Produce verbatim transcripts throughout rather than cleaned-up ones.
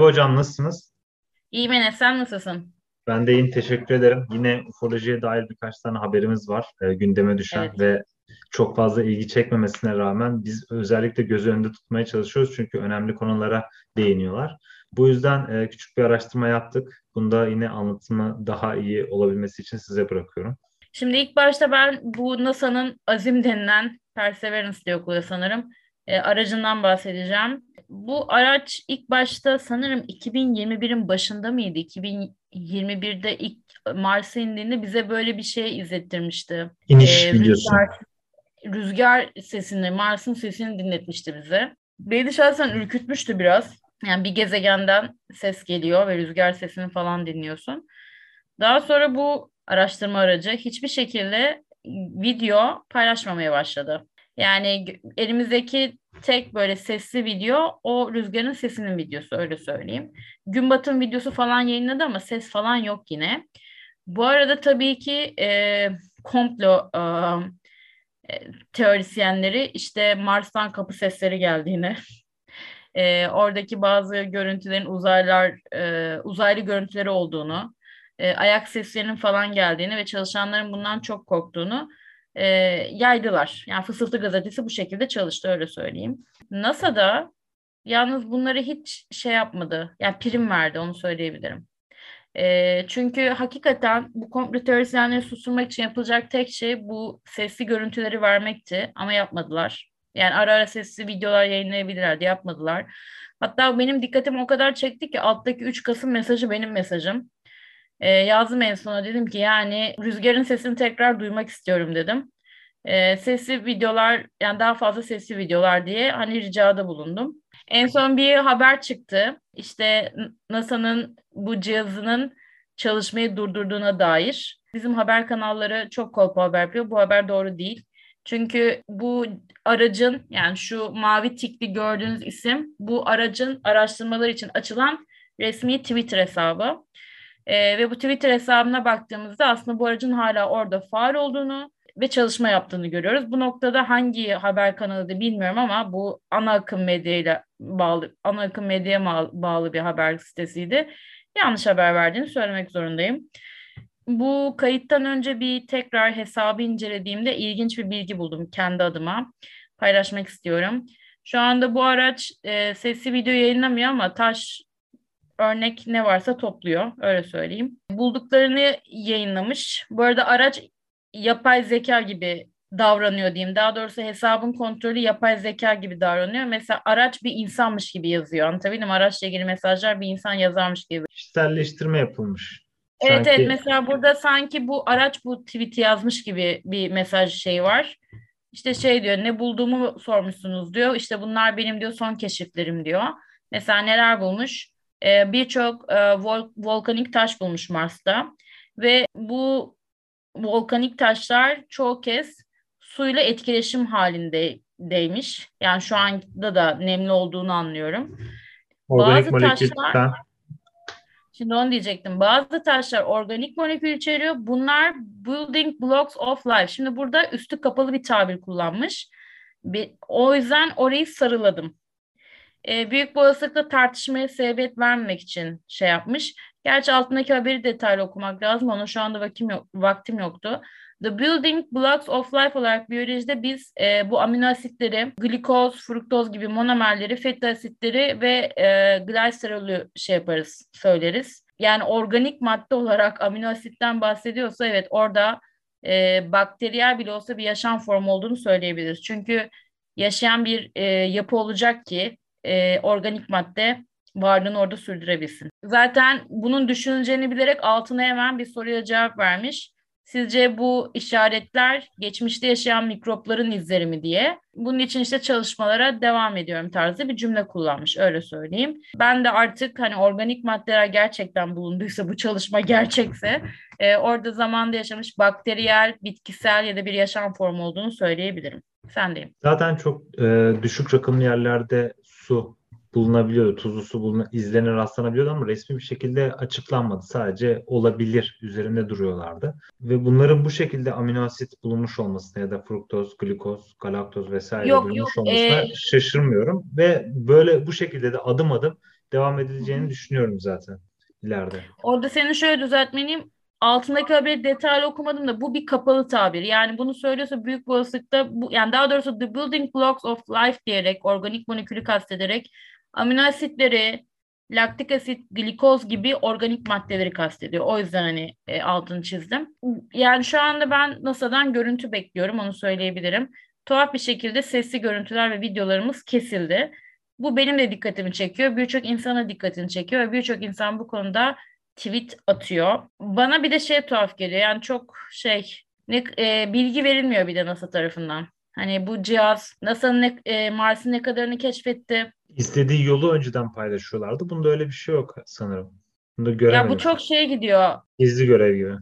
hocam, nasılsınız? İyiyim Enes, sen nasılsın? Ben de iyiyim, teşekkür ederim. Yine ufolojiye dair birkaç tane haberimiz var e, gündeme düşen Evet. ve çok fazla ilgi çekmemesine rağmen biz özellikle göz önünde tutmaya çalışıyoruz çünkü önemli konulara değiniyorlar. Bu yüzden e, küçük bir araştırma yaptık. Bunda yine anlatımı daha iyi olabilmesi için size bırakıyorum. Şimdi ilk başta ben bu NASA'nın Azim denilen Perseverance diye okuyor sanırım. e, aracından bahsedeceğim. Bu araç ilk başta sanırım iki bin yirmi birin başında mıydı? iki bin yirmi birde ilk Mars'a indiğinde bize böyle bir şey izlettirmişti. İniş E, videosu. rüzgar, rüzgar sesini, Mars'ın sesini dinletmişti bize. Beni şahsen ürkütmüştü biraz. Yani bir gezegenden ses geliyor ve rüzgar sesini falan dinliyorsun. Daha sonra bu araştırma aracı hiçbir şekilde video paylaşmamaya başladı. Yani elimizdeki tek böyle sesli video o rüzgarın sesinin videosu, öyle söyleyeyim. Gün batım videosu falan yayınladı ama ses falan yok yine. Bu arada tabii ki e, komplo e, teorisyenleri işte Mars'tan kapı sesleri geldiğini, e, oradaki bazı görüntülerin uzaylılar, e, uzaylı görüntüleri olduğunu, e, ayak seslerinin falan geldiğini ve çalışanların bundan çok korktuğunu e, yaydılar. Yani Fısıltı gazetesi bu şekilde çalıştı, öyle söyleyeyim. NASA'da yalnız bunları hiç şey yapmadı. Yani prim verdi, onu söyleyebilirim. E, çünkü hakikaten bu komplo teorisyenleri susturmak için yapılacak tek şey bu sesli görüntüleri vermekti ama yapmadılar. Yani ara ara sesli videolar yayınlayabilirlerdi, yapmadılar. Hatta benim dikkatimi o kadar çekti ki alttaki üç Kasım mesajı benim mesajım. E, yazdım en sona, dedim ki yani rüzgarın sesini tekrar duymak istiyorum dedim. E, sesli videolar, yani daha fazla sesli videolar diye hani ricada bulundum. En son bir haber çıktı. İşte NASA'nın bu cihazının çalışmayı durdurduğuna dair. Bizim haber kanalları çok kolpa haber yapıyor. Bu haber doğru değil. Çünkü bu aracın, yani şu mavi tikli gördüğünüz isim bu aracın araştırmaları için açılan resmi Twitter hesabı. Ee, ve bu Twitter hesabına baktığımızda aslında bu aracın hala orada faal olduğunu ve çalışma yaptığını görüyoruz. Bu noktada hangi haber kanalı da bilmiyorum ama bu ana akım medyayla bağlı, ana akım medyaya bağlı bir haber sitesiydi. Yanlış haber verdiğini söylemek zorundayım. Bu kayıttan önce bir tekrar hesabı incelediğimde ilginç bir bilgi buldum kendi adıma. Paylaşmak istiyorum. Şu anda bu araç e, sesli video yayınlamıyor ama taş örnek ne varsa topluyor, öyle söyleyeyim. Bulduklarını yayınlamış. Bu arada araç yapay zeka gibi davranıyor diyeyim. Daha doğrusu hesabın kontrolü yapay zeka gibi davranıyor. Mesela araç bir insanmış gibi yazıyor. Anlatabildim mi? Araçla ilgili mesajlar bir insan yazarmış gibi. Kişiselleştirme yapılmış. Evet, evet, Sanki mesela burada sanki bu araç bu tweet'i yazmış gibi bir mesaj şey var. İşte şey diyor, ne bulduğumu sormuşsunuz diyor. İşte bunlar benim diyor son keşiflerim diyor. Mesela neler bulmuş? Ee, birçok e, vol- volkanik taş bulmuş Mars'ta. Ve bu volkanik taşlar çoğu kez suyla etkileşim halindeymiş. Yani şu anda da nemli olduğunu anlıyorum. organik Bazı taşlar, molekülden şimdi onu diyecektim. Bazı taşlar organik molekül içeriyor. Bunlar building blocks of life. Şimdi burada üstü kapalı bir tabir kullanmış. Bir, o yüzden orayı sarıladım. E, büyük bir olasılıkla tartışmaya sebebiyet vermemek için şey yapmış. Gerçi altındaki haberi detaylı okumak lazım. Ona şu anda vaktim, yok, vaktim yoktu. The building blocks of life olarak biyolojide biz e, bu amino asitleri, glikoz, fruktoz gibi monomerleri, fatty asitleri ve e, gliserolü şey yaparız, söyleriz. Yani organik madde olarak amino asitten bahsediyorsa evet, orada e, bakteriyel bile olsa bir yaşam formu olduğunu söyleyebiliriz. Çünkü yaşayan bir e, yapı olacak ki e, organik madde varlığını orada sürdürebilsin. Zaten bunun düşünüleceğini bilerek altına hemen bir soruya cevap vermiş. Sizce bu işaretler geçmişte yaşayan mikropların izleri mi diye. Bunun için işte çalışmalara devam ediyorum tarzı bir cümle kullanmış, öyle söyleyeyim. Ben de artık hani organik maddeler gerçekten bulunduysa, bu çalışma gerçekse e, orada zamanda yaşamış bakteriyel, bitkisel ya da bir yaşam formu olduğunu söyleyebilirim. Sendeyim. zaten çok e, düşük rakımlı yerlerde su bulunabiliyordu. Tuzlu su buluna, izlerine rastlanabiliyordu ama resmi bir şekilde açıklanmadı. Sadece olabilir üzerinde duruyorlardı. Ve bunların bu şekilde amino asit bulunmuş olmasına ya da fruktoz, glikoz, galaktoz vesaire Yok, yok. bulunmuş olmasına E, şaşırmıyorum. Ve böyle bu şekilde de adım adım devam Hı edileceğini hı. düşünüyorum zaten ileride. Orada seni şöyle düzeltmeliyim. Altındaki haberi detaylı okumadım da bu bir kapalı tabir. Yani bunu söylüyorsa büyük bir olasılıkla bu, yani daha doğrusu the building blocks of life diyerek organik molekülü kastederek amino asitleri, laktik asit, glikoz gibi organik maddeleri kastediyor. O yüzden hani e, altını çizdim. Yani şu anda ben NASA'dan görüntü bekliyorum, onu söyleyebilirim. Tuhaf bir şekilde sesli görüntüler ve videolarımız kesildi. Bu benim de dikkatimi çekiyor. Birçok insana dikkatini çekiyor ve birçok insan bu konuda tweet atıyor. Bana bir de şey tuhaf geliyor. Yani çok şey ne, e, bilgi verilmiyor bir de NASA tarafından. Hani bu cihaz NASA'nın ne, e, Mars'ın ne kadarını keşfetti. İstediği yolu önceden paylaşıyorlardı. Bunda öyle bir şey yok sanırım. Bunu da Ya bu göremedim. çok şey gidiyor. Gizli görev gibi.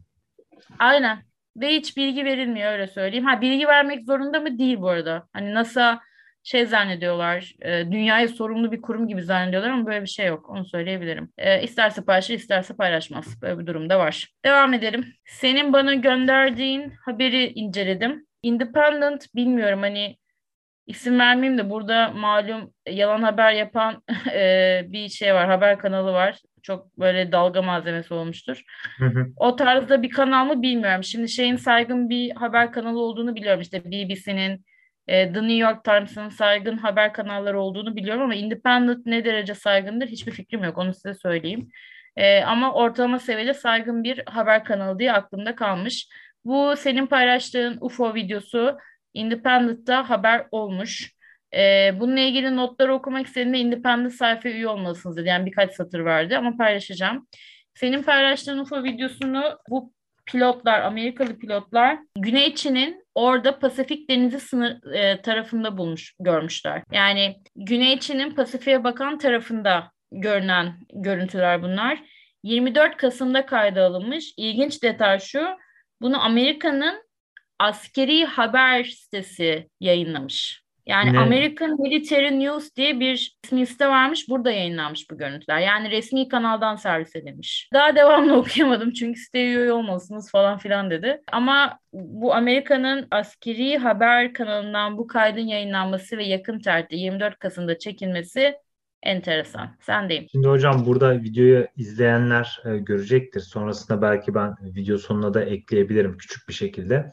Aynen. Ve hiç bilgi verilmiyor, öyle söyleyeyim. Ha, bilgi vermek zorunda mı? Değil bu arada. Hani NASA şey zannediyorlar, e, dünyaya sorumlu bir kurum gibi zannediyorlar ama böyle bir şey yok. Onu söyleyebilirim. E, isterse paylaşır, isterse paylaşmaz. Böyle bir durum da var. Devam edelim. Senin bana gönderdiğin haberi inceledim. Independent, bilmiyorum hani, İsim vermeyeyim de burada malum yalan haber yapan e, bir şey var, haber kanalı var. Çok böyle dalga malzemesi olmuştur. Hı hı. O tarzda bir kanal mı bilmiyorum. Şimdi şeyin saygın bir haber kanalı olduğunu biliyorum. İşte B B C'nin, e, The New York Times'ın saygın haber kanalları olduğunu biliyorum ama Independent ne derece saygındır hiçbir fikrim yok. Onu size söyleyeyim. E, ama ortalama seviyede saygın bir haber kanalı diye aklımda kalmış. Bu senin paylaştığın U F O videosu Independent'ta haber olmuş. Ee, bununla ilgili notları okumak istediğimde Independent sayfaya üye olmalısınız dedi. Yani birkaç satır vardı ama paylaşacağım. Senin paylaştığın U F O videosunu bu pilotlar, Amerikalı pilotlar Güney Çin'in orada Pasifik Denizi sınır e, tarafında bulmuş, görmüşler. Yani Güney Çin'in Pasifik'e bakan tarafında görünen görüntüler bunlar. yirmi dört Kasım'da kayda alınmış. İlginç detay şu, bunu Amerika'nın askeri haber sitesi yayınlamış. Yani Ne American Military News diye bir resmi site varmış. Burada yayınlanmış bu görüntüler. Yani resmi kanaldan servis edilmiş. Daha devamlı okuyamadım çünkü siteye üye olmalısınız falan filan dedi. Ama bu Amerika'nın askeri haber kanalından bu kaydın yayınlanması ve yakın tarihte yirmi dört Kasım'da çekilmesi enteresan. Sendeyim. Şimdi hocam burada videoyu izleyenler e, görecektir. Sonrasında belki ben video sonuna da ekleyebilirim küçük bir şekilde.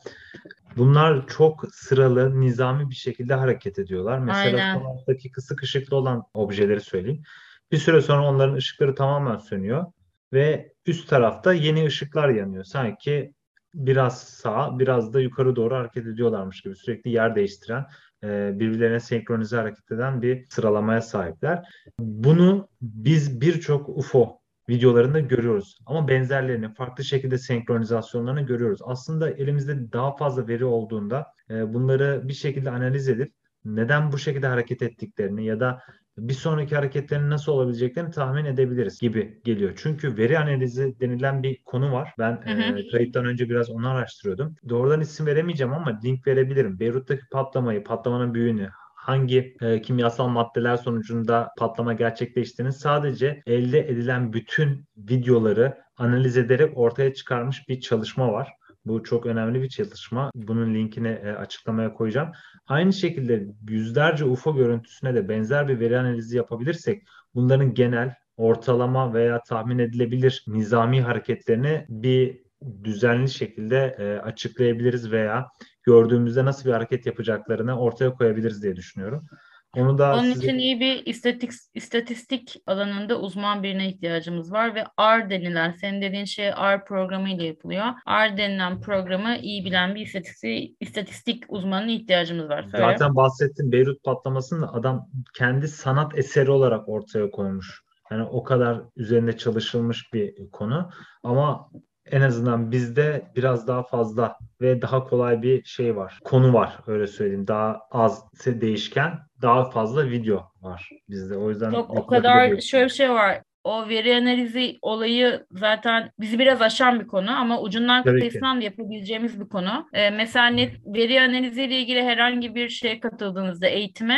Bunlar çok sıralı, nizami bir şekilde hareket ediyorlar. Mesela sol Aynen. alttaki kısık ışıklı olan objeleri söyleyeyim. Bir süre sonra onların ışıkları tamamen sönüyor ve üst tarafta yeni ışıklar yanıyor. Sanki biraz sağa, biraz da yukarı doğru hareket ediyorlarmış gibi sürekli yer değiştiren, e, birbirlerine senkronize hareket eden bir sıralamaya sahipler. Bunu biz birçok U F O videolarında görüyoruz. Ama benzerlerini, farklı şekilde senkronizasyonlarını görüyoruz. Aslında elimizde daha fazla veri olduğunda e, bunları bir şekilde analiz edip neden bu şekilde hareket ettiklerini ya da bir sonraki hareketlerin nasıl olabileceklerini tahmin edebiliriz gibi geliyor. Çünkü veri analizi denilen bir konu var. Ben Hı hı. e, kayıttan önce biraz onu araştırıyordum. Doğrudan isim veremeyeceğim ama link verebilirim. Beyrut'taki patlamayı, patlamanın büyüğünü, hangi e, kimyasal maddeler sonucunda patlama gerçekleştiğini sadece elde edilen bütün videoları analiz ederek ortaya çıkarmış bir çalışma var. Bu çok önemli bir çalışma. Bunun linkini e, açıklamaya koyacağım. Aynı şekilde yüzlerce U F O görüntüsüne de benzer bir veri analizi yapabilirsek bunların genel, ortalama veya tahmin edilebilir nizami hareketlerini bir düzenli şekilde e, açıklayabiliriz veya gördüğümüzde nasıl bir hareket yapacaklarını ortaya koyabiliriz diye düşünüyorum. Onu da Onun size için iyi bir istatik, istatistik alanında uzman birine ihtiyacımız var ve R denilen, senin dediğin şey R programı ile yapılıyor. R denilen programı iyi bilen bir istatistik, istatistik uzmanına ihtiyacımız var. Söyle. zaten bahsettim, Beyrut patlamasını adam kendi sanat eseri olarak ortaya koymuş. Yani o kadar üzerinde çalışılmış bir konu ama en azından bizde biraz daha fazla ve daha kolay bir şey var. Konu var, öyle söyleyeyim. Daha az değişken, daha fazla video var bizde. O yüzden Yok, o yapılabilir diye kadar, şöyle bir düşünüyorum. şey var. O veri analizi olayı zaten bizi biraz aşan bir konu ama ucundan Tabii ki. kıyısından da yapabileceğimiz bir konu. Ee, mesela net, veri analiziyle ilgili herhangi bir şeye katıldığınızda eğitime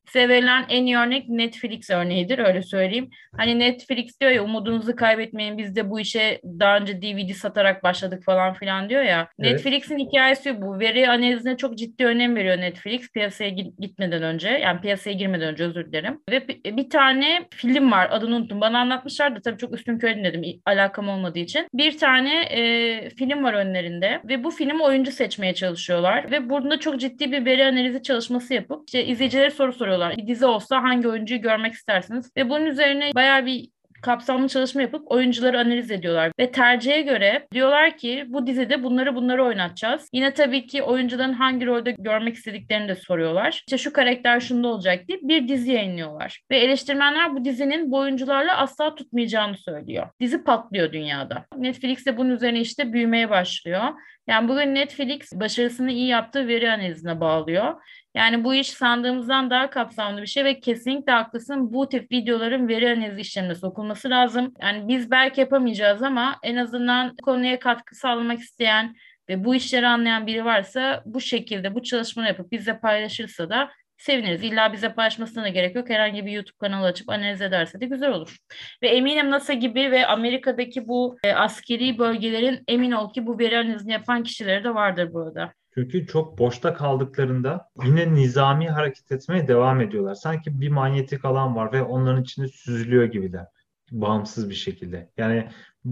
Size verilen en iyi örnek Netflix örneğidir, öyle söyleyeyim. Hani Netflix diyor ya, umudunuzu kaybetmeyin, biz de bu işe daha önce D V D satarak başladık falan filan diyor ya. Evet. Netflix'in hikayesi bu. Veri analizine çok ciddi önem veriyor Netflix piyasaya gi- gitmeden önce. Yani piyasaya girmeden önce, özür dilerim. Ve bi- bir tane film var, adını unuttum. Bana anlatmışlardı, tabii çok üstünkörü dinledim i- alakam olmadığı için. Bir tane e, film var önlerinde ve bu film oyuncu seçmeye çalışıyorlar. Ve burada çok ciddi bir veri analizi çalışması yapıp işte izleyicilere soru soruyorlar. Bir dizi olsa hangi oyuncuyu görmek istersiniz? Ve bunun üzerine bayağı bir kapsamlı çalışma yapıp oyuncuları analiz ediyorlar. Ve tercihe göre diyorlar ki bu dizide bunları bunları oynatacağız. Yine tabii ki oyuncuların hangi rolde görmek istediklerini de soruyorlar. İşte şu karakter şunda olacak diye bir dizi yayınlıyorlar. Ve eleştirmenler bu dizinin bu oyuncularla asla tutmayacağını söylüyor. Dizi patlıyor dünyada. Netflix de bunun üzerine işte büyümeye başlıyor. Yani bugün Netflix başarısını iyi yaptığı veri analizine bağlıyor. Yani bu iş sandığımızdan daha kapsamlı bir şey ve kesinlikle haklısın. Bu tip videoların veri analizi işlemine sokulması lazım. Yani biz belki yapamayacağız ama en azından konuya katkı sağlamak isteyen ve bu işleri anlayan biri varsa bu şekilde bu çalışmayı yapıp bizle paylaşırsa da seviniriz. İlla bize paylaşmasına da gerek yok. Herhangi bir YouTube kanalı açıp analiz ederse de güzel olur. Ve eminim NASA gibi ve Amerika'daki bu e, askeri bölgelerin, emin ol ki bu veri analizini yapan kişileri de vardır burada. Çünkü çok boşta kaldıklarında yine nizami hareket etmeye devam ediyorlar. Sanki bir manyetik alan var ve onların içinde süzülüyor gibiler. Bağımsız bir şekilde. Yani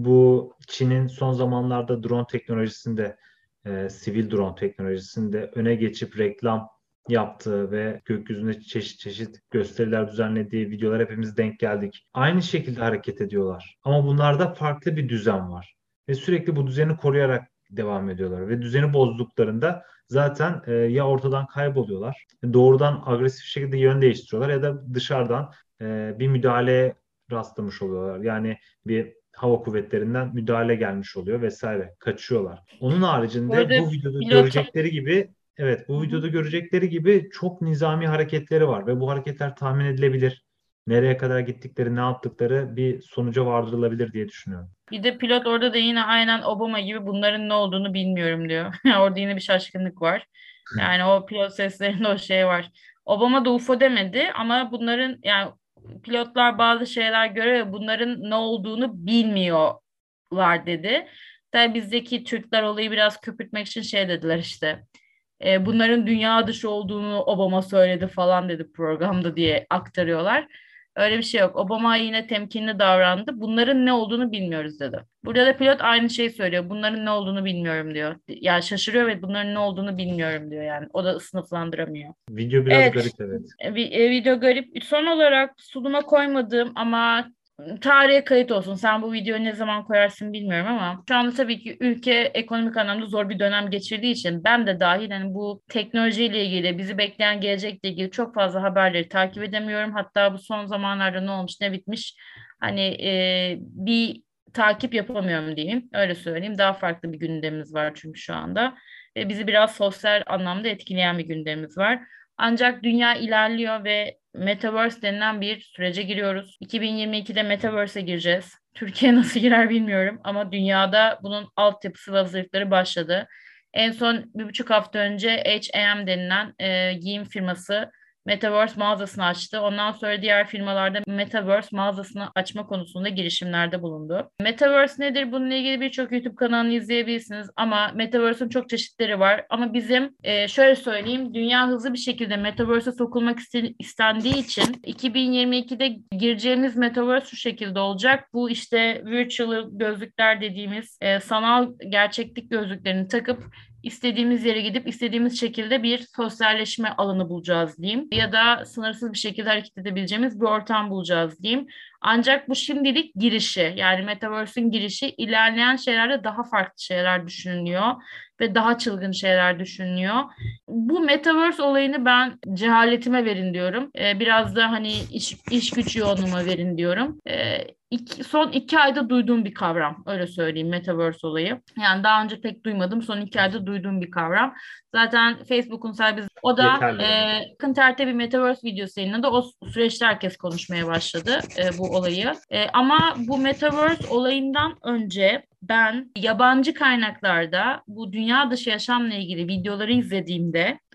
bu Çin'in son zamanlarda drone teknolojisinde, e, sivil drone teknolojisinde öne geçip reklam yaptığı ve gökyüzünde çeşit çeşit gösteriler düzenlediği videolar hepimiz denk geldik. Aynı şekilde hareket ediyorlar. Ama bunlarda farklı bir düzen var. Ve sürekli bu düzeni koruyarak devam ediyorlar ve düzeni bozduklarında zaten e, ya ortadan kayboluyorlar, doğrudan agresif şekilde yön değiştiriyorlar ya da dışarıdan e, bir müdahaleye rastlamış oluyorlar. Yani bir hava kuvvetlerinden müdahale gelmiş oluyor vesaire, kaçıyorlar. Onun Bu haricinde arada bu videoda pilot. görecekleri gibi evet Hı bu hı. videoda görecekleri gibi çok nizami hareketleri var ve bu hareketler tahmin edilebilir. Nereye kadar gittikleri, ne yaptıkları bir sonuca vardırılabilir diye düşünüyorum. Bir de pilot orada da yine aynen Obama gibi bunların ne olduğunu bilmiyorum diyor. Orada yine bir şaşkınlık var. Yani o pilot seslerinde o şey var. Obama da U F O demedi ama bunların, yani pilotlar bazı şeyler görüyor ve bunların ne olduğunu bilmiyorlar dedi. Tabii bizdeki Türkler olayı biraz köpürtmek için şey dediler işte. E, bunların dünya dışı olduğunu Obama söyledi falan dedi programda diye aktarıyorlar. Öyle bir şey yok. Obama yine temkinli davrandı. Bunların ne olduğunu bilmiyoruz dedi. Burada da pilot aynı şeyi söylüyor. Bunların ne olduğunu bilmiyorum diyor. Yani şaşırıyor ve bunların ne olduğunu bilmiyorum diyor yani. O da sınıflandıramıyor. Video biraz Evet, garip, evet. e, vi- e, video garip. Son olarak sunuma koymadığım ama tarihe kayıt olsun. Sen bu videoyu ne zaman koyarsın bilmiyorum ama şu anda tabii ki ülke ekonomik anlamda zor bir dönem geçirdiği için ben de dahil hani bu teknolojiyle ilgili, bizi bekleyen gelecekle ilgili çok fazla haberleri takip edemiyorum. Hatta bu son zamanlarda ne olmuş ne bitmiş hani e, bir takip yapamıyorum diyeyim. Öyle söyleyeyim. Daha farklı bir gündemimiz var çünkü şu anda. Ve bizi biraz sosyal anlamda etkileyen bir gündemimiz var. Ancak dünya ilerliyor ve Metaverse denilen bir sürece giriyoruz. iki bin yirmi ikide Metaverse'e gireceğiz. Türkiye nasıl girer bilmiyorum ama dünyada bunun altyapısı ve hazırlıkları başladı. En son bir buçuk hafta önce H and M denilen e, giyim firması Metaverse mağazasını açtı. Ondan sonra diğer firmalarda Metaverse mağazasını açma konusunda girişimlerde bulundu. Metaverse nedir? Bununla ilgili birçok YouTube kanalını izleyebilirsiniz ama Metaverse'ün çok çeşitleri var. Ama bizim e, şöyle söyleyeyim, dünya hızlı bir şekilde Metaverse'e sokulmak isten- istendiği için iki bin yirmi ikide gireceğimiz Metaverse şu şekilde olacak. Bu işte virtual gözlükler dediğimiz e, sanal gerçeklik gözlüklerini takıp istediğimiz yere gidip istediğimiz şekilde bir sosyalleşme alanı bulacağız diyeyim. Ya da sınırsız bir şekilde hareket edebileceğimiz bir ortam bulacağız diyeyim. Ancak bu şimdilik girişi, yani Metaverse'ün girişi, ilerleyen şeylerde daha farklı şeyler düşünülüyor ve daha çılgın şeyler düşünülüyor. Bu Metaverse olayını ben cehaletime verin diyorum. Ee, biraz da hani iş, iş güç yoğunluğuma verin diyorum. Ee, iki, son iki ayda duyduğum bir kavram. Öyle söyleyeyim, Metaverse olayı. Yani daha önce pek duymadım. Son iki ayda duyduğum bir kavram. Zaten Facebook'un sahibi, o da Yeterli e, yani. yakın tarihte bir Metaverse videosu yayınladı. O süreçte herkes konuşmaya başladı e, bu olayı. E, ama bu Metaverse olayından önce ben yabancı kaynaklarda bu dünya dışı yaşamla ilgili videoları izlediğimde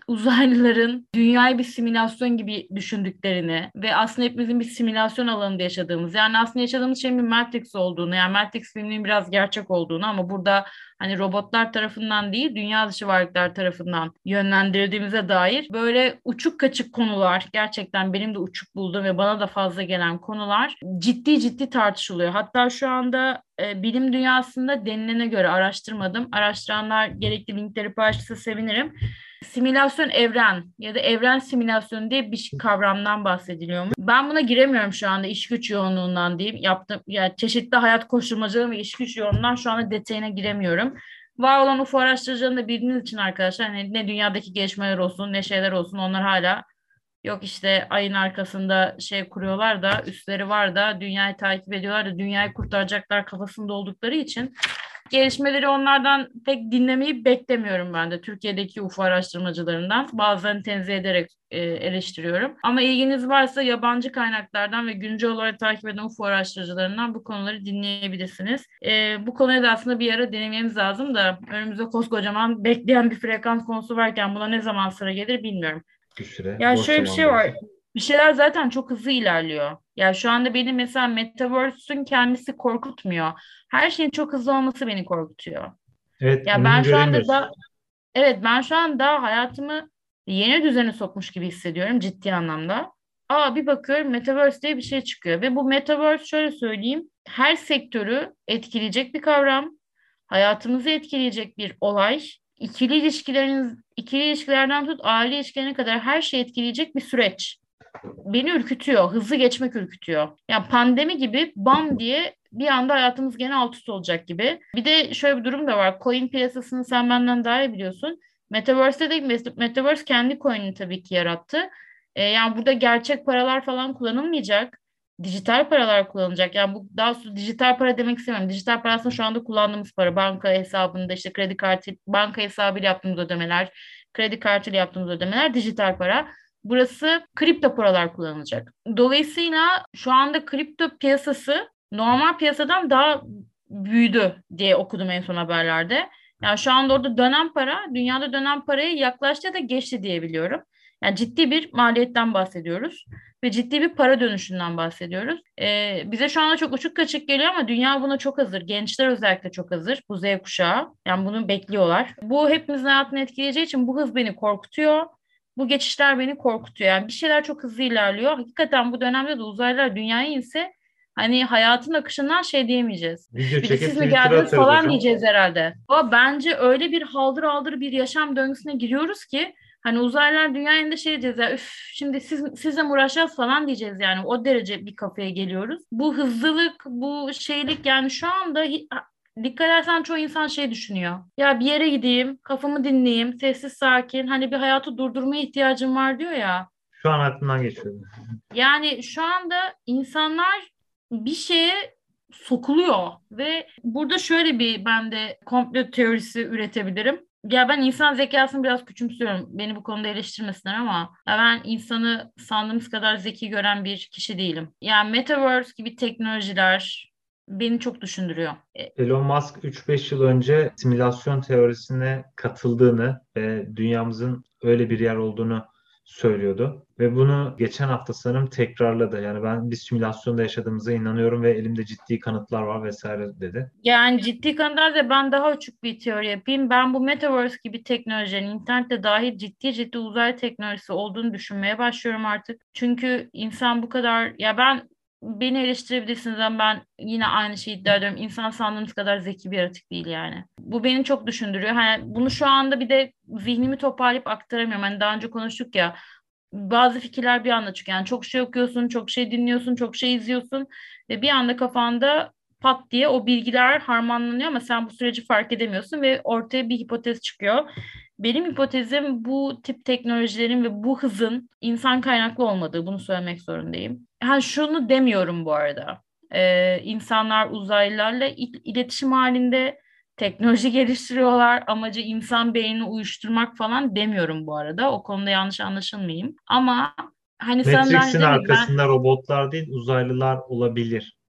uzaylıların dünyayı bir simülasyon gibi düşündüklerini ve aslında hepimizin bir simülasyon alanında yaşadığımız, yani aslında yaşadığımız şeyin bir Matrix olduğunu, yani Matrix filminin biraz gerçek olduğunu ama burada hani robotlar tarafından değil, dünya dışı varlıklar tarafından yönlendirildiğimize dair böyle uçuk kaçık konular, gerçekten benim de uçuk bulduğum ve bana da fazla gelen konular ciddi ciddi tartışılıyor. Hatta şu anda e, bilim dünyasında denilene göre, araştırmadım, araştıranlar gerekli linkleri paylaşırsa sevinirim. Simülasyon evren ya da evren simülasyonu diye bir kavramdan bahsediliyormuş. Ben buna giremiyorum şu anda, iş güç yoğunluğundan diyeyim. Yaptım, yani çeşitli hayat koşturmacaları ve iş güç yoğunluğundan şu anda detayına giremiyorum. Var olan U F O araştırıcılarını da bildiğiniz için arkadaşlar, hani ne dünyadaki gelişmeler olsun ne şeyler olsun, onlar hala yok işte ayın arkasında şey kuruyorlar da, üstleri var da dünyayı takip ediyorlar da dünyayı kurtaracaklar kafasında oldukları için gelişmeleri onlardan pek dinlemeyi beklemiyorum ben de, Türkiye'deki U F O araştırmacılarından. Bazılarını tenzih ederek e, eleştiriyorum. Ama ilginiz varsa yabancı kaynaklardan ve güncel olarak takip eden U F O araştırıcılarından bu konuları dinleyebilirsiniz. E, bu konuya da aslında bir ara denememiz lazım da önümüzde koskocaman bekleyen bir frekans konusu varken buna ne zaman sıra gelir bilmiyorum. Bir süre Ya boş şöyle bir şey zamanda var. olsun. Bir şeyler zaten çok hızlı ilerliyor. Ya şu anda beni mesela Metaverse'ün kendisi korkutmuyor. Her şeyin çok hızlı olması beni korkutuyor. Evet, Ya önünü ben şu anda göremiyorsun. da evet ben şu anda hayatımı yeni düzene sokmuş gibi hissediyorum ciddi anlamda. Aa, bir bakıyorum Metaverse diye bir şey çıkıyor ve bu Metaverse, şöyle söyleyeyim, her sektörü etkileyecek bir kavram, hayatımızı etkileyecek bir olay, ikili ilişkileriniz, ikili ilişkilerden tut aile ilişkilerine kadar her şeyi etkileyecek bir süreç. Beni ürkütüyor, hızlı geçmek ürkütüyor. Yani pandemi gibi bam diye bir anda hayatımız gene alt üst olacak gibi. Bir de şöyle bir durum da var. Coin piyasasını sen benden daha iyi biliyorsun. Metaverse'de de Metaverse kendi coin'ini tabii ki yarattı. E, yani burada gerçek paralar falan kullanılmayacak. Dijital paralar kullanılacak. Yani bu daha sonra dijital para demek istemiyorum. Dijital para aslında şu anda kullandığımız para. Banka hesabında işte kredi kartı, banka hesabıyla yaptığımız ödemeler, kredi kartıyla yaptığımız ödemeler dijital para. Burası kripto paralar kullanılacak. Dolayısıyla şu anda kripto piyasası normal piyasadan daha büyüdü diye okudum en son haberlerde. Yani şu anda orada dönen para, dünyada dönen paraya yaklaştı ya da geçti diye biliyorum. Yani ciddi bir maliyetten bahsediyoruz ve ciddi bir para dönüşünden bahsediyoruz. Ee, bize şu anda çok uçuk kaçık geliyor ama dünya buna çok hazır. Gençler özellikle çok hazır. Bu Z kuşağı. Yani bunu bekliyorlar. Bu hepimizin hayatını etkileyeceği için bu hız beni korkutuyor. Bu geçişler beni korkutuyor. Yani bir şeyler çok hızlı ilerliyor. Hakikaten bu dönemde de uzaylılar dünyaya inse hani hayatın akışından şey diyemeyeceğiz. Video Bir de çekip siz mi Twitter'a geldiniz atarız falan hocam. diyeceğiz herhalde. Ama bence öyle bir haldır aldır bir yaşam döngüsüne giriyoruz ki hani uzaylılar dünyaya indi şey diyeceğiz ya, üf şimdi siz, sizle mi uğraşacağız falan diyeceğiz yani. O derece bir kafaya geliyoruz. Bu hızlılık, bu şeylik, yani şu anda hi- dikkat edersen çoğu insan şey düşünüyor. Ya bir yere gideyim, kafamı dinleyeyim, sessiz sakin, hani bir hayatı durdurmaya ihtiyacım var diyor ya. Şu an aklımdan geçiyordu. Yani şu anda insanlar bir şeye sokuluyor ve burada şöyle bir ben de komplo teorisi üretebilirim. Ya ben insan zekasını biraz küçümsüyorum. Beni bu konuda eleştirmesinler ama ya ben insanı sandığımız kadar zeki gören bir kişi değilim. Yani Metaverse gibi teknolojiler beni çok düşündürüyor. E, Elon Musk üç beş yıl önce simülasyon teorisine katıldığını ve dünyamızın öyle bir yer olduğunu söylüyordu. Ve bunu geçen hafta sanırım tekrarladı. Yani ben bir simülasyonda yaşadığımıza inanıyorum ve elimde ciddi kanıtlar var vesaire dedi. Yani ciddi konularda ben daha uçuk bir teori yapayım. Ben bu Metaverse gibi teknolojilerin internette dahil ciddi ciddi uzay teknolojisi olduğunu düşünmeye başlıyorum artık. Çünkü insan bu kadar, ya ben, beni eleştirebilirsiniz ama ben yine aynı şeyi iddia ediyorum. İnsan sandığımız kadar zeki bir yaratık değil yani. Bu beni çok düşündürüyor. Hani bunu şu anda bir de zihnimi toparlayıp aktaramıyorum. Hani daha önce konuştuk ya, bazı fikirler bir anda çıkıyor. Yani çok şey okuyorsun, çok şey dinliyorsun, çok şey izliyorsun ve bir anda kafanda pat diye o bilgiler harmanlanıyor ama sen bu süreci fark edemiyorsun ve ortaya bir hipotez çıkıyor. Benim hipotezim bu tip teknolojilerin ve bu hızın insan kaynaklı olmadığı, bunu söylemek zorundayım. Ha, şunu demiyorum bu arada. Ee, insanlar uzaylılarla il- iletişim halinde teknoloji geliştiriyorlar. Amacı insan beynini uyuşturmak falan demiyorum bu arada. O konuda yanlış anlaşılmayayım. Ama hani sen daha önce Matrix'in dedin ben arkasında robotlar değil uzaylılar olabilir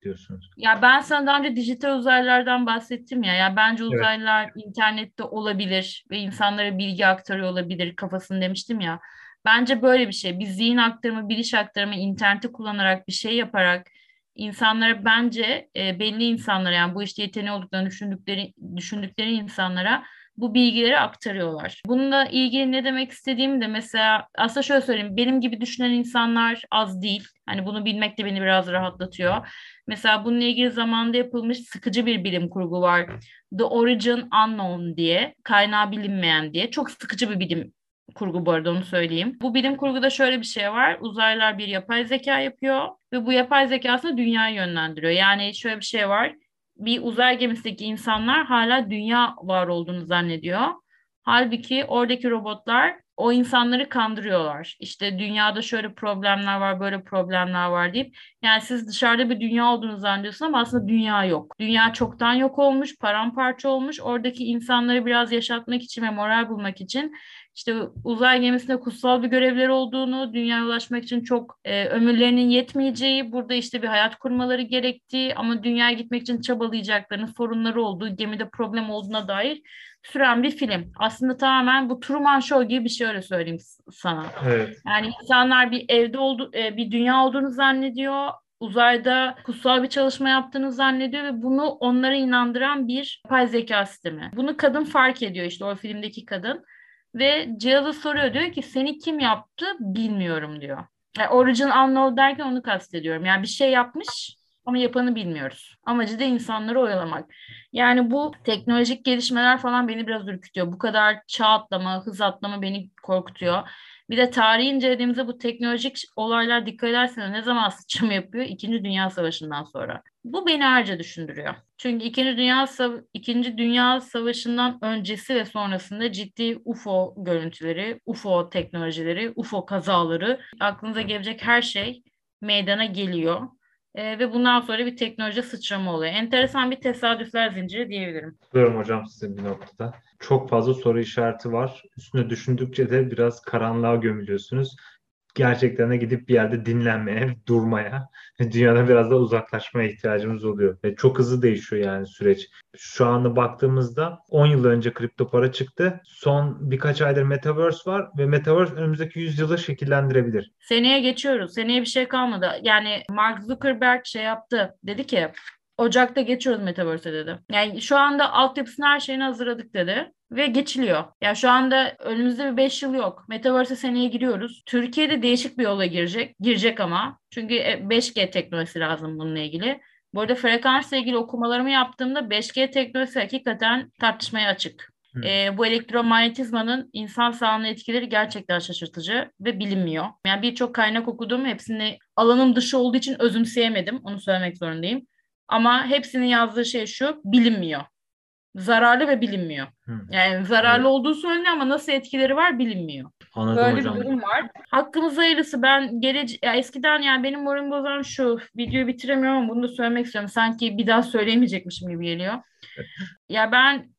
diyorsunuz? Ya ben sana daha önce dijital uzaylılardan bahsettim ya. Ya bence Evet. uzaylılar internette olabilir ve insanlara bilgi aktarıyor olabilir kafasını demiştim ya. Bence böyle bir şey. Bir zihin aktarımı, biliş aktarımı interneti kullanarak bir şey yaparak insanlara bence e, belli insanlara yani bu işte yeteneği olduklarını düşündükleri düşündükleri insanlara bu bilgileri aktarıyorlar. Bununla ilgili ne demek istediğimi de mesela aslında şöyle söyleyeyim. Benim gibi düşünen insanlar az değil. Hani bunu bilmek de beni biraz rahatlatıyor. Mesela bununla ilgili zamanda yapılmış sıkıcı bir bilim kurgu var. The Origin Unknown diye, kaynağı bilinmeyen diye. Çok sıkıcı bir bilim kurgu bu arada onu söyleyeyim. Bu bilim kurguda şöyle bir şey var. Uzaylılar bir yapay zeka yapıyor ve bu yapay zeka aslında dünyayı yönlendiriyor. Yani şöyle bir şey var. Bir uzay gemisindeki insanlar hala dünya var olduğunu zannediyor. Halbuki oradaki robotlar o insanları kandırıyorlar. İşte dünyada şöyle problemler var, böyle problemler var deyip yani siz dışarıda bir dünya olduğunu zannediyorsunuz ama aslında dünya yok. Dünya çoktan yok olmuş, paramparça olmuş. Oradaki insanları biraz yaşatmak için ve moral bulmak için işte uzay gemisinde kutsal bir görevleri olduğunu, dünyaya ulaşmak için çok e, ömürlerinin yetmeyeceği, burada işte bir hayat kurmaları gerektiği ama dünyaya gitmek için çabalayacaklarının sorunları olduğu, gemide problem olduğuna dair süren bir film. Aslında tamamen bu Truman Show gibi bir şey öyle söyleyeyim sana. Evet. Yani insanlar bir evde oldu, e, bir dünya olduğunu zannediyor. Uzayda kutsal bir çalışma yaptığını zannediyor ve bunu onlara inandıran bir yapay zeka sistemi. Bunu kadın fark ediyor işte o filmdeki kadın. Ve cihaza soruyor diyor ki seni kim yaptı bilmiyorum diyor. Yani origin unknown derken onu kastediyorum. Yani bir şey yapmış ama yapanı bilmiyoruz. Amacı da insanları oyalamak. Yani bu teknolojik gelişmeler falan beni biraz ürkütüyor. Bu kadar çağ atlama, hız atlama beni korkutuyor. Bir de tarihi incelediğimizde bu teknolojik olaylar dikkat ederseniz ne zaman sıçrama yapıyor? İkinci Dünya Savaşı'ndan sonra. Bu beni ayrıca düşündürüyor. Çünkü İkinci Dünya Sav İkinci Dünya Savaşı'ndan öncesi ve sonrasında ciddi U F O görüntüleri, U F O teknolojileri, U F O kazaları, aklınıza gelecek her şey meydana geliyor. Ee, ve bundan sonra bir teknoloji sıçrama oluyor. Enteresan bir tesadüfler zinciri diyebilirim. Katılıyorum hocam size bir noktada. Çok fazla soru işareti var. Üstüne düşündükçe de biraz karanlığa gömülüyorsunuz. Gerçekten de gidip bir yerde dinlenmeye, durmaya, dünyadan biraz da uzaklaşmaya ihtiyacımız oluyor. Ve çok hızlı değişiyor yani süreç. Şu anda baktığımızda on yıl önce kripto para çıktı. Son birkaç aydır Metaverse var ve Metaverse önümüzdeki yüzyılı şekillendirebilir. Seneye geçiyoruz. Seneye bir şey kalmadı. Yani Mark Zuckerberg şey yaptı. Dedi ki Ocak'ta geçiyoruz Metaverse'e dedi. Yani şu anda altyapısını her şeyini hazırladık dedi. Ve geçiliyor. Yani şu anda önümüzde bir beş yıl yok. Metaverse'e seneye giriyoruz. Türkiye'de değişik bir yola girecek. Girecek ama. Çünkü e, beş G teknolojisi lazım bununla ilgili. Bu arada frekansla ilgili okumalarımı yaptığımda beş G teknolojisi hakikaten tartışmaya açık. Hmm. E, bu elektromanyetizmanın insan sağlığına etkileri gerçekten şaşırtıcı ve bilinmiyor. Yani birçok kaynak okudum. Hepsini alanım dışı olduğu için özümseyemedim. Onu söylemek zorundayım. Ama hepsinin yazdığı şey şu, bilinmiyor. Zararlı ve bilinmiyor. Hmm. Yani zararlı Evet. olduğu söyleniyor ama nasıl etkileri var bilinmiyor. Anladım Böyle bir hocam. durum var. Hakkımız hayırlısı. Ben gelece ya eskiden yani benim moralim bozan şu videoyu bitiremiyorum ama bunu da söylemek istiyorum. Sanki bir daha söyleyemeyecekmişim gibi geliyor. Ya ben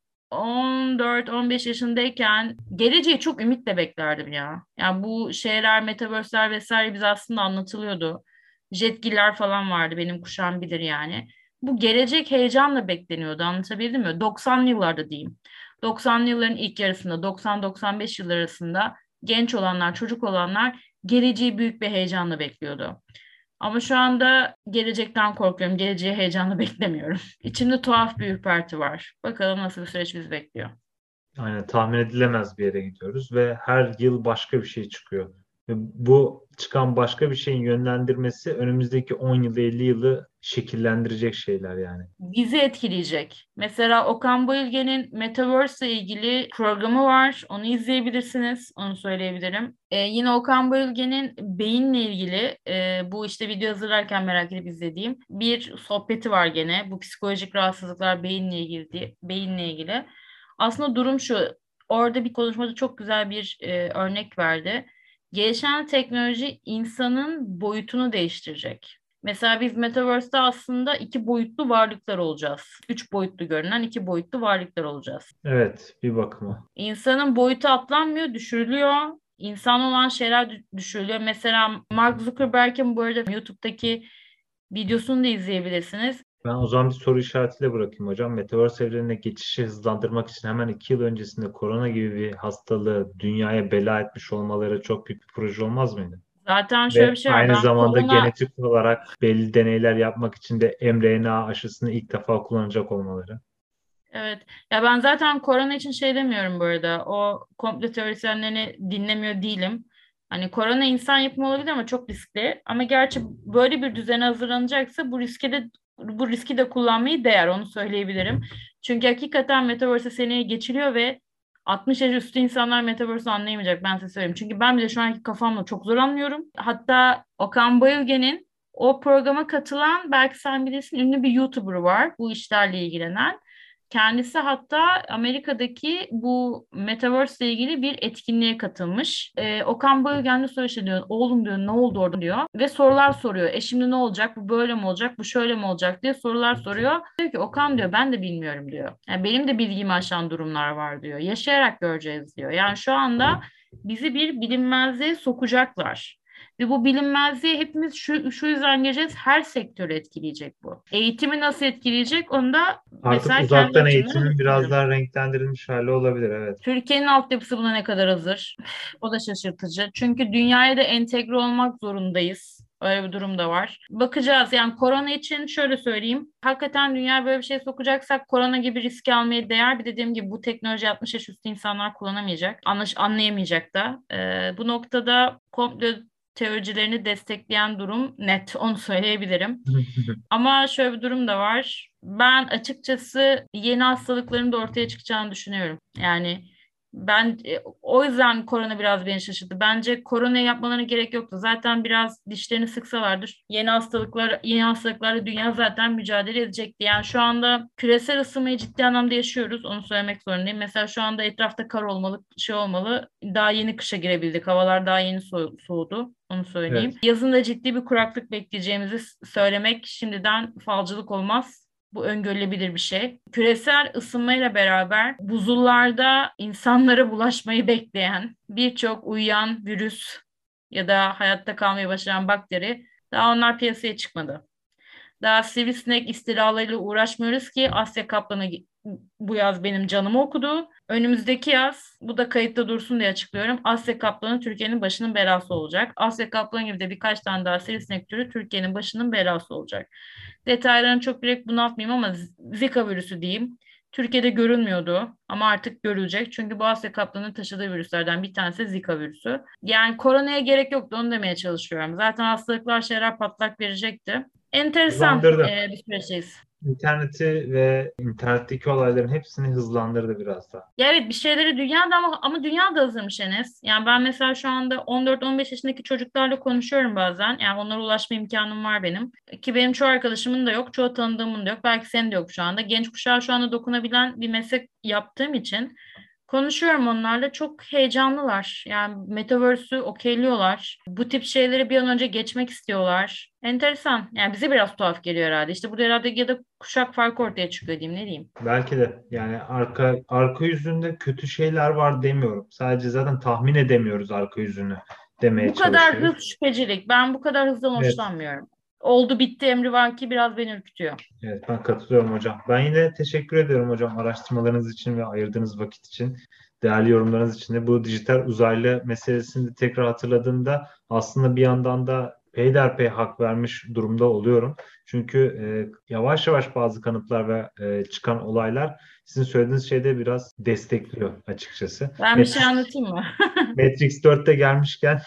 on dört on beş yaşındayken geleceği çok ümitle beklerdim ya. Yani bu şeyler, metaverse'ler vesaire bize aslında anlatılıyordu. Jetgiller falan vardı benim kuşağım bilir yani. Bu gelecek heyecanla bekleniyordu anlatabildim mi? doksanlı yıllarda diyeyim. doksanlı yılların ilk yarısında doksan doksan beş yıllar arasında genç olanlar, çocuk olanlar geleceği büyük bir heyecanla bekliyordu. Ama şu anda gelecekten korkuyorum. Geleceği heyecanla beklemiyorum. İçimde tuhaf bir ürperti var. Bakalım nasıl bir süreç bizi bekliyor. Aynen tahmin edilemez bir yere gidiyoruz ve her yıl başka bir şey çıkıyor. Ve bu çıkan başka bir şeyin yönlendirmesi önümüzdeki on yılı elli yılı şekillendirecek şeyler yani. Bizi etkileyecek. Mesela Okan Bayülgen'in Metaverse ile ilgili programı var. Onu izleyebilirsiniz. Onu söyleyebilirim. Ee, yine Okan Bayülgen'in beyinle ilgili e, bu işte video hazırlarken merak edip izlediğim bir sohbeti var gene. Bu psikolojik rahatsızlıklar beyinle ilgili diye, beyinle ilgili. Aslında durum şu. Orada bir konuşmada çok güzel bir e, örnek verdi. Gelişen teknoloji insanın boyutunu değiştirecek. Mesela biz Metaverse'de aslında iki boyutlu varlıklar olacağız. Üç boyutlu görünen iki boyutlu varlıklar olacağız. Evet, bir bakıma. İnsanın boyutu atlanmıyor, düşürülüyor. İnsan olan şeyler dü- düşürülüyor. Mesela Mark Zuckerberg'in bu arada YouTube'daki Videosunu da izleyebilirsiniz. Ben o zaman bir soru işaretiyle bırakayım hocam. Metaverse evrenine geçişi hızlandırmak için hemen iki yıl öncesinde korona gibi bir hastalığı dünyaya bela etmiş olmaları çok büyük bir proje olmaz mıydı? Zaten şöyle bir Ve şey var. aynı Ben zamanda korona genetik olarak belli deneyler yapmak için de mRNA aşısını ilk defa kullanacak olmaları. Evet. Ya ben zaten korona için şey demiyorum bu arada. O komplo teorisyenlerini dinlemiyor değilim. Hani korona insan yapımı olabilir ama çok riskli. Ama gerçi böyle bir düzene hazırlanacaksa bu riski de bu riski de kullanmayı değer, onu söyleyebilirim. Çünkü hakikaten Metaverse seneye geçiliyor ve altmış yaş üstü insanlar Metaverse'ü anlayamayacak, ben size söyleyeyim. Çünkü ben bile şu anki kafamla çok zor anlıyorum. Hatta Okan Bayülgen'in o programa katılan, belki sen bilirsin, ünlü bir YouTuber var bu işlerle ilgilenen. Kendisi hatta Amerika'daki bu Metaverse ile ilgili bir etkinliğe katılmış. Ee, Okan Bayülgen de soruyor işte, diyor. Oğlum diyor, ne oldu orada diyor. Ve sorular soruyor. E şimdi ne olacak? Bu böyle mi olacak? Bu şöyle mi olacak diye sorular soruyor. Diyor ki Okan diyor, ben de bilmiyorum diyor. Yani benim de bilgimi aşan durumlar var diyor. Yaşayarak göreceğiz diyor. Yani şu anda bizi bir bilinmezliğe sokacaklar. Ve bu bilinmezliğe hepimiz şu, şu yüzden gireceğiz. Her sektörü etkileyecek bu. Eğitimi nasıl etkileyecek? Onu da Artık mesela kendi uzaktan açımdan eğitimin biraz düşünüyorum. daha renklendirilmiş hali olabilir, evet. Türkiye'nin altyapısı buna ne kadar hazır? O da şaşırtıcı. Çünkü dünyaya da entegre olmak zorundayız. Öyle bir durum da var. Bakacağız. Yani korona için şöyle söyleyeyim. Hakikaten dünya böyle bir şey sokacaksak korona gibi riski almaya değer. Bir dediğim gibi bu teknoloji altmış yaş üstü insanlar kullanamayacak. Anlaş, anlayamayacak da. Ee, bu noktada komplo teorilerini destekleyen durum net. Onu söyleyebilirim. Ama şöyle bir durum da var. Ben açıkçası yeni hastalıkların da ortaya çıkacağını düşünüyorum. Yani ben e, o yüzden korona biraz beni şaşırttı. Bence korona yapmalarına gerek yoktu. Zaten biraz dişlerini sıksalardır. Yeni hastalıklar, yeni hastalıklarla dünya zaten mücadele edecekti. Yani şu anda küresel ısınmayı ciddi anlamda yaşıyoruz. Onu söylemek zorundayım. Mesela şu anda etrafta kar olmalı, şey olmalı. Daha yeni kışa girebildik. Havalar daha yeni so- soğudu. Onu söyleyeyim. Evet. Yazın da ciddi bir kuraklık bekleyeceğimizi s- söylemek şimdiden falcılık olmaz. Bu öngörülebilir bir şey. Küresel ısınmayla beraber buzullarda insanlara bulaşmayı bekleyen birçok uyuyan virüs ya da hayatta kalmayı başaran bakteri, daha onlar piyasaya çıkmadı. Daha sivrisinek istilalarıyla uğraşmıyoruz ki Asya kaplanı bu yaz benim canımı okudu. Önümüzdeki yaz, bu da kayıtta dursun diye açıklıyorum, Asya kaplanı Türkiye'nin başının belası olacak. Asya kaplanı gibi de birkaç tane daha sivrisinek türü Türkiye'nin başının belası olacak. Detaylarını çok direkt bunaltmayayım ama Zika virüsü diyeyim. Türkiye'de görülmüyordu ama artık görülecek. Çünkü bu Asya kaplanının taşıdığı virüslerden bir tanesi Zika virüsü. Yani koronaya gerek yoktu, onu demeye çalışıyorum. Zaten hastalıklar şeyler patlak verecekti. Enteresan Hızlandırdı. e, bir süreçteyiz. İnterneti ve internetteki olayların hepsini hızlandırdı biraz daha. Ya evet, bir şeyleri dünyada ama, ama dünya da hazırmış Enes. Yani ben mesela şu anda on dört on beş yaşındaki çocuklarla konuşuyorum bazen. Yani onlara ulaşma imkanım var benim. Ki benim çoğu arkadaşımın da yok, çoğu tanıdığımın da yok. Belki senin de yok şu anda. Genç kuşağa şu anda dokunabilen bir meslek yaptığım için konuşuyorum onlarla. Çok heyecanlılar. Yani Metaverse'ü okeyliyorlar. Bu tip şeyleri bir an önce geçmek istiyorlar. Enteresan. Yani bize biraz tuhaf geliyor herhalde. İşte burada herhalde ya da kuşak farkı ortaya çıkıyor diyeyim, ne diyeyim. Belki de yani arka arka yüzünde kötü şeyler var demiyorum. Sadece zaten tahmin edemiyoruz arka yüzünü demeye Bu kadar çalışıyoruz. hız şüphecilik. Ben bu kadar hızdan Evet. hoşlanmıyorum. Oldu bitti emri var ki biraz beni ürkütüyor. Evet, ben katılıyorum hocam. Ben yine teşekkür ediyorum hocam araştırmalarınız için ve ayırdığınız vakit için, değerli yorumlarınız için de. Bu dijital uzaylı meselesini de tekrar hatırladığımda aslında bir yandan da peyderpey hak vermiş durumda oluyorum. Çünkü e, yavaş yavaş bazı kanıtlar ve e, çıkan olaylar sizin söylediğiniz şeyde biraz destekliyor açıkçası. Ben bir şey Matrix, anlatayım mı? Matrix dörtte gelmişken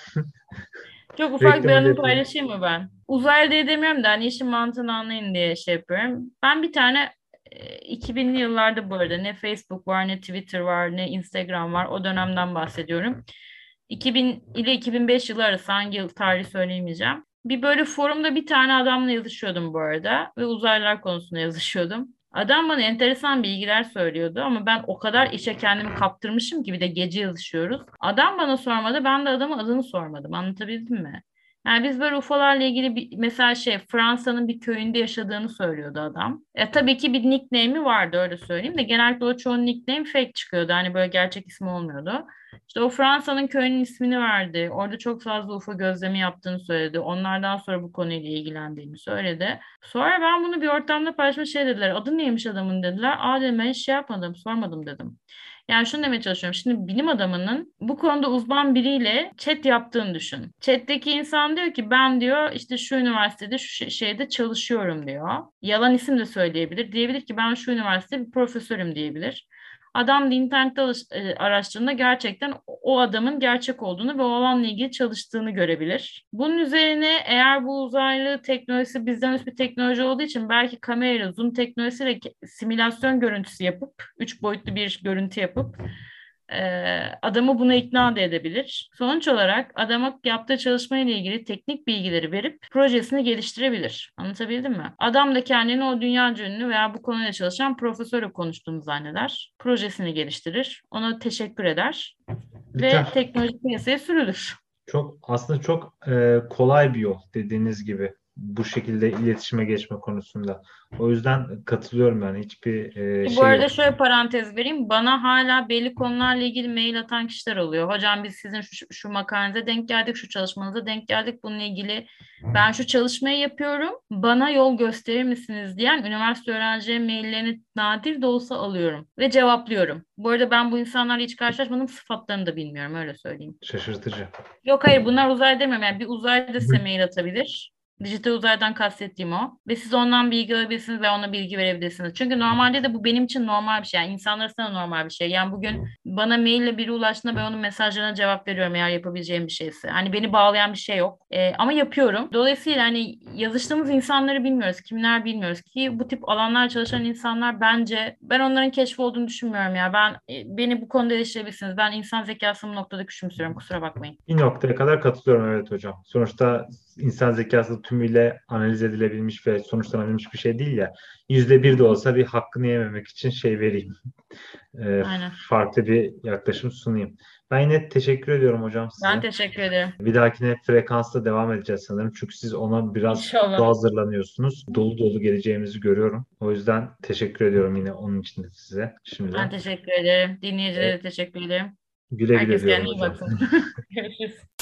Çok ufak bir reklamını da anımı yapayım. paylaşayım mı ben? Uzaylı diye demiyorum da hani işin mantığını anlayın diye şey yapıyorum. Ben bir tane e, iki binli yıllarda, bu arada, ne Facebook var, ne Twitter var, ne Instagram var. O dönemden bahsediyorum. iki bin ile iki bin beş yılı arası, hangi yıl tarih söyleyemeyeceğim. Bir böyle forumda bir tane adamla yazışıyordum bu arada ve uzaylılar konusunda yazışıyordum. Adam bana enteresan bilgiler söylüyordu ama ben o kadar işe kendimi kaptırmışım ki, bir de gece yazışıyoruz. Adam bana sormadı, ben de adamın adını sormadım. Anlatabildim mi? Yani biz böyle U F O'larla ilgili bir, mesela şey Fransa'nın bir köyünde yaşadığını söylüyordu adam. E, tabii ki bir nickname'i vardı öyle söyleyeyim de genellikle o çoğu nickname fake çıkıyordu. Hani böyle gerçek ismi olmuyordu. İşte o Fransa'nın köyünün ismini verdi. Orada çok fazla U F O gözlemi yaptığını söyledi. Onlardan sonra bu konuyla ilgilendiğini söyledi. Sonra ben bunu bir ortamda paylaşma şey dediler. Adı neymiş adamın dediler. Aa dedim ben hiç şey yapmadım sormadım dedim. Yani şunu demeye çalışıyorum. Şimdi bilim adamının bu konuda uzman biriyle chat yaptığını düşün. Chat'teki insan diyor ki ben diyor işte şu üniversitede şu şey- şeyde çalışıyorum diyor. Yalan isim de söyleyebilir. Diyebilir ki ben şu üniversitede bir profesörüm diyebilir. Adam da internette alış- e, araştırdığında gerçekten o adamın gerçek olduğunu ve o alanla ilgili çalıştığını görebilir. Bunun üzerine eğer bu uzaylı teknolojisi bizden üst bir teknoloji olduğu için belki kamerayla, zoom teknolojisiyle ke- simülasyon görüntüsü yapıp, üç boyutlu bir görüntü yapıp e, adamı buna ikna da edebilir. Sonuç olarak adama yaptığı çalışmayla ilgili teknik bilgileri verip projesini geliştirebilir. Anlatabildim mi? Adam da kendini o dünyaca ünlü veya bu konuyla çalışan profesörle konuştuğunu zanneder. Projesini geliştirir. Ona teşekkür eder ve Güzel. teknoloji piyasaya sürülür. Çok aslında çok e, kolay bir yol dediğiniz gibi bu şekilde iletişime geçme konusunda. O yüzden katılıyorum yani hiçbir e, Bu şey arada yok. şöyle parantez vereyim. Bana hala belli konularla ilgili mail atan kişiler oluyor. Hocam biz sizin şu, şu makalenize denk geldik, şu çalışmanıza denk geldik. Bununla ilgili ben şu çalışmayı yapıyorum. Bana yol gösterir misiniz diyen üniversite öğrencileri maillerini nadir de olsa alıyorum ve cevaplıyorum. Bu arada ben bu insanlarla hiç karşılaşmadım. Sıfatlarını da bilmiyorum öyle söyleyeyim. Şaşırtıcı. Yok hayır bunlar uzay demiyorum. Yani bir uzaylı da size mail atabilir. Dijital uzaydan kastettiğim o. Ve siz ondan bilgi alabilirsiniz ve ona bilgi verebilirsiniz. Çünkü normalde de bu benim için normal bir şey. Yani insanlar arasında da normal bir şey. Yani bugün bana maille biri ulaştığında ben onun mesajlarına cevap veriyorum eğer yapabileceğim bir şeyse. Hani beni bağlayan bir şey yok. Ee, ama yapıyorum. Dolayısıyla hani yazıştığımız insanları bilmiyoruz. Kimler bilmiyoruz ki bu tip alanlar çalışan insanlar bence ben onların keşfi olduğunu düşünmüyorum ya. Ben e, beni bu konuda eleştirebilirsiniz. Ben insan zekasını bu noktada küçümsüyorum. Kusura bakmayın. Bir noktaya kadar katılıyorum evet hocam. Sonuçta insan zekası tümüyle analiz edilebilmiş ve sonuçlanabilmiş bir şey değil ya. Yüzde bir de olsa bir hakkını yememek için şey vereyim. Ee, Aynen. farklı bir yaklaşım sunayım. Ben yine teşekkür ediyorum hocam Ben size. teşekkür ederim. Bir dahakine frekansta devam edeceğiz sanırım. Çünkü siz ona biraz su İnşallah. hazırlanıyorsunuz. Dolu dolu geleceğimizi görüyorum. O yüzden teşekkür ediyorum yine onun için de size Ben şimdiden. teşekkür ederim. E, Dinleyicilere de teşekkür ederim. güle güle Herkes diyorum kendine iyi hocam. baksın. Görüşürüz.